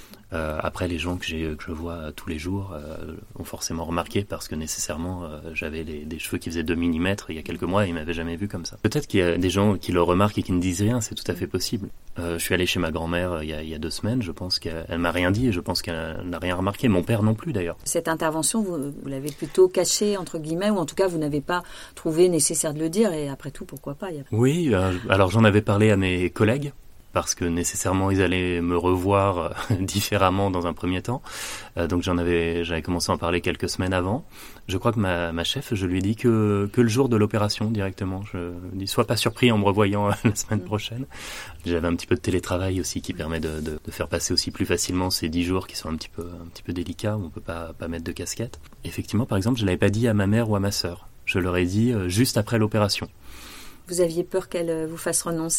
Après, les gens que je vois tous les jours ont forcément remarqué parce que nécessairement j'avais des cheveux qui faisaient 2 mm il y a quelques mois et ils m'avaient jamais vu comme ça. Peut-être qu'il y a des gens qui le remarquent et qui ne disent rien, c'est tout à fait possible. Je suis allé chez ma grand-mère il y a 2 semaines, je pense qu'elle m'a rien dit et je pense qu'elle n'a rien remarqué. Mon père non plus d'ailleurs. Cette intervention, vous l'avez plutôt cachée entre guillemets, ou en tout cas vous n'avez pas trouvé nécessaire de le dire, et après tout pourquoi pas. Oui, alors j'en avais parlé à mes collègues, parce que nécessairement ils allaient me revoir différemment dans un premier temps. Donc j'avais commencé à en parler quelques semaines avant. Je crois que ma chef, je lui ai dit que le jour de l'opération directement. Je lui ai dit, sois pas surpris en me revoyant la semaine prochaine. J'avais un petit peu de télétravail aussi qui permet de faire passer aussi plus facilement ces 10 jours qui sont un petit peu délicats, où on peut pas mettre de casquette. Effectivement, par exemple, je l'avais pas dit à ma mère ou à ma sœur. Je leur ai dit juste après l'opération. Vous aviez peur qu'elle vous fasse renoncer ?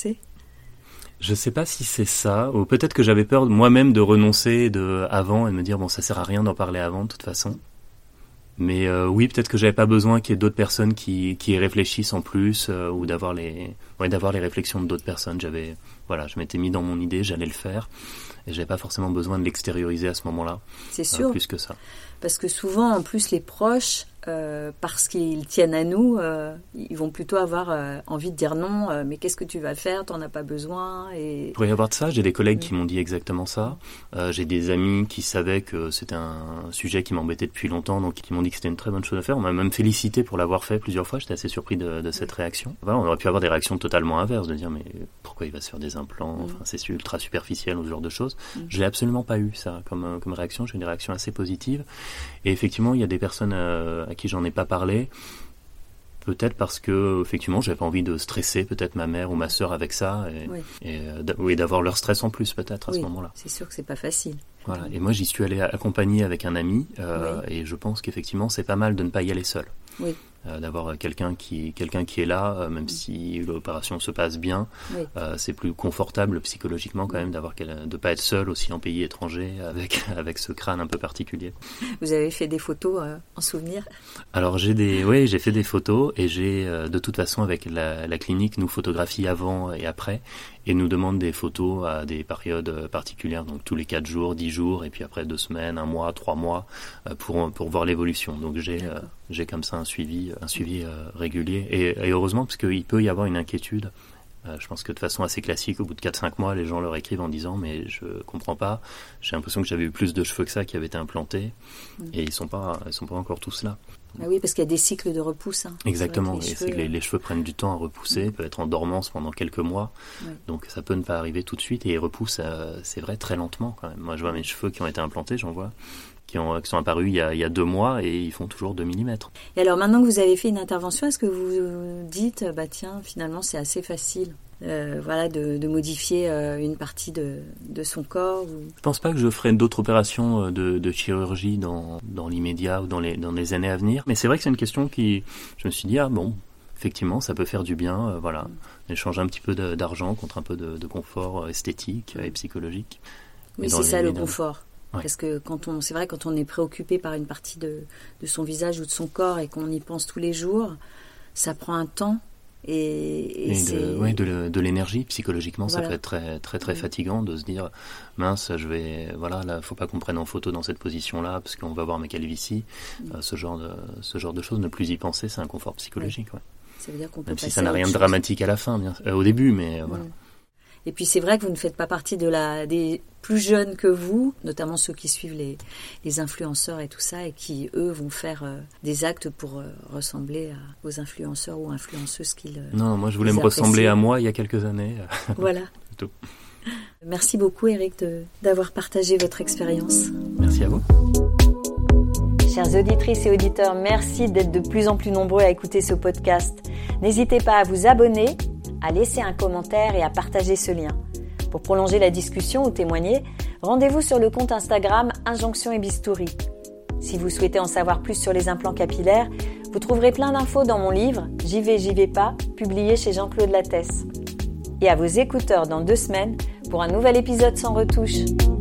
Je sais pas si c'est ça, ou peut-être que j'avais peur moi-même de renoncer avant et de me dire ça sert à rien d'en parler avant de toute façon. Mais oui, peut-être que j'avais pas besoin qu'il y ait d'autres personnes qui y réfléchissent en plus, ou d'avoir les réflexions de d'autres personnes. Je m'étais mis dans mon idée, j'allais le faire, et j'avais pas forcément besoin de l'extérioriser à ce moment-là. C'est sûr. Plus que ça. Parce que souvent, en plus, les proches, parce qu'ils tiennent à nous, ils vont plutôt avoir envie de dire non, mais qu'est-ce que tu vas faire, t'en as pas besoin. Et... Il pourrait y avoir de ça, j'ai des collègues qui m'ont dit exactement ça, j'ai des amis qui savaient que c'était un sujet qui m'embêtait depuis longtemps, donc qui m'ont dit que c'était une très bonne chose à faire. On m'a même félicité pour l'avoir fait plusieurs fois, j'étais assez surpris de cette réaction. Voilà, on aurait pu avoir des réactions totalement inverses, de dire mais pourquoi il va se faire des implants, c'est ultra superficiel ou ce genre de choses. J'ai absolument pas eu ça comme réaction, j'ai eu des réactions assez positives. Et effectivement, il y a des personnes à qui j'en ai pas parlé, peut-être parce que effectivement, j'avais pas envie de stresser peut-être ma mère ou ma sœur avec ça, et d'avoir leur stress en plus peut-être à ce moment-là. C'est sûr que c'est pas facile. Voilà. Et moi, j'y suis allé accompagner avec un ami, et je pense qu'effectivement, c'est pas mal de ne pas y aller seul. Oui. D'avoir quelqu'un qui est là, même si l'opération se passe bien. Oui. C'est plus confortable psychologiquement quand même de pas être seul aussi en pays étranger avec ce crâne un peu particulier. Vous avez fait des photos en souvenir? Alors j'ai fait des photos et de toute façon avec la clinique nous photographie avant et après et nous demande des photos à des périodes particulières, donc tous les 4 jours, 10 jours et puis après 2 semaines, 1 mois, 3 mois pour voir l'évolution. Donc j'ai comme ça un suivi régulier et heureusement parce qu'il peut y avoir une inquiétude. Je pense que de façon assez classique, au bout de 4-5 mois, les gens leur écrivent en disant mais je comprends pas, j'ai l'impression que j'avais eu plus de cheveux que ça qui avaient été implantés et ils sont pas encore tous là. Ah oui, parce qu'il y a des cycles de repousse. Exactement, les cheveux prennent du temps à repousser, peuvent être en dormance pendant quelques mois, donc ça peut ne pas arriver tout de suite et ils repoussent, c'est vrai, très lentement quand même. Moi je vois mes cheveux qui ont été implantés, j'en vois qui sont apparus il y a 2 mois et ils font toujours 2 mm. Et alors maintenant que vous avez fait une intervention, est-ce que vous vous dites, tiens, finalement c'est assez facile de modifier une partie de son corps Je pense pas que je ferai d'autres opérations de chirurgie dans l'immédiat ou dans les années à venir, mais c'est vrai que c'est une question je me suis dit, effectivement, ça peut faire du bien, échanger un petit peu d'argent contre un peu de confort esthétique et psychologique. Oui, c'est ça le confort. Ouais. Parce que quand on est préoccupé par une partie de son visage ou de son corps et qu'on y pense tous les jours, ça prend un temps et de l'énergie psychologiquement. Ça peut être très très très fatigant de se dire mince, là, faut pas qu'on me prenne en photo dans cette position-là parce qu'on va voir ma calvitie. Ce genre de choses, ne plus y penser, c'est un confort psychologique. Ouais. Ça veut dire qu'on peut même si ça n'a rien de dramatique à la fin, au début, mais voilà. Et puis c'est vrai que vous ne faites pas partie des plus jeunes que vous, notamment ceux qui suivent les influenceurs et tout ça, et qui, eux, vont faire des actes pour ressembler aux influenceurs ou influenceuses qu'ils Non, moi je voulais me ressembler à moi il y a quelques années. Voilà. Tout. Merci beaucoup Eric d'avoir partagé votre expérience. Merci à vous. Chères auditrices et auditeurs, merci d'être de plus en plus nombreux à écouter ce podcast. N'hésitez pas à vous abonner, à laisser un commentaire et à partager ce lien. Pour prolonger la discussion ou témoigner, rendez-vous sur le compte Instagram Injonction et Bistouri. Si vous souhaitez en savoir plus sur les implants capillaires, vous trouverez plein d'infos dans mon livre J'y vais pas, publié chez Jean-Claude Lattès. Et à vos écouteurs dans 2 semaines pour un nouvel épisode sans retouche.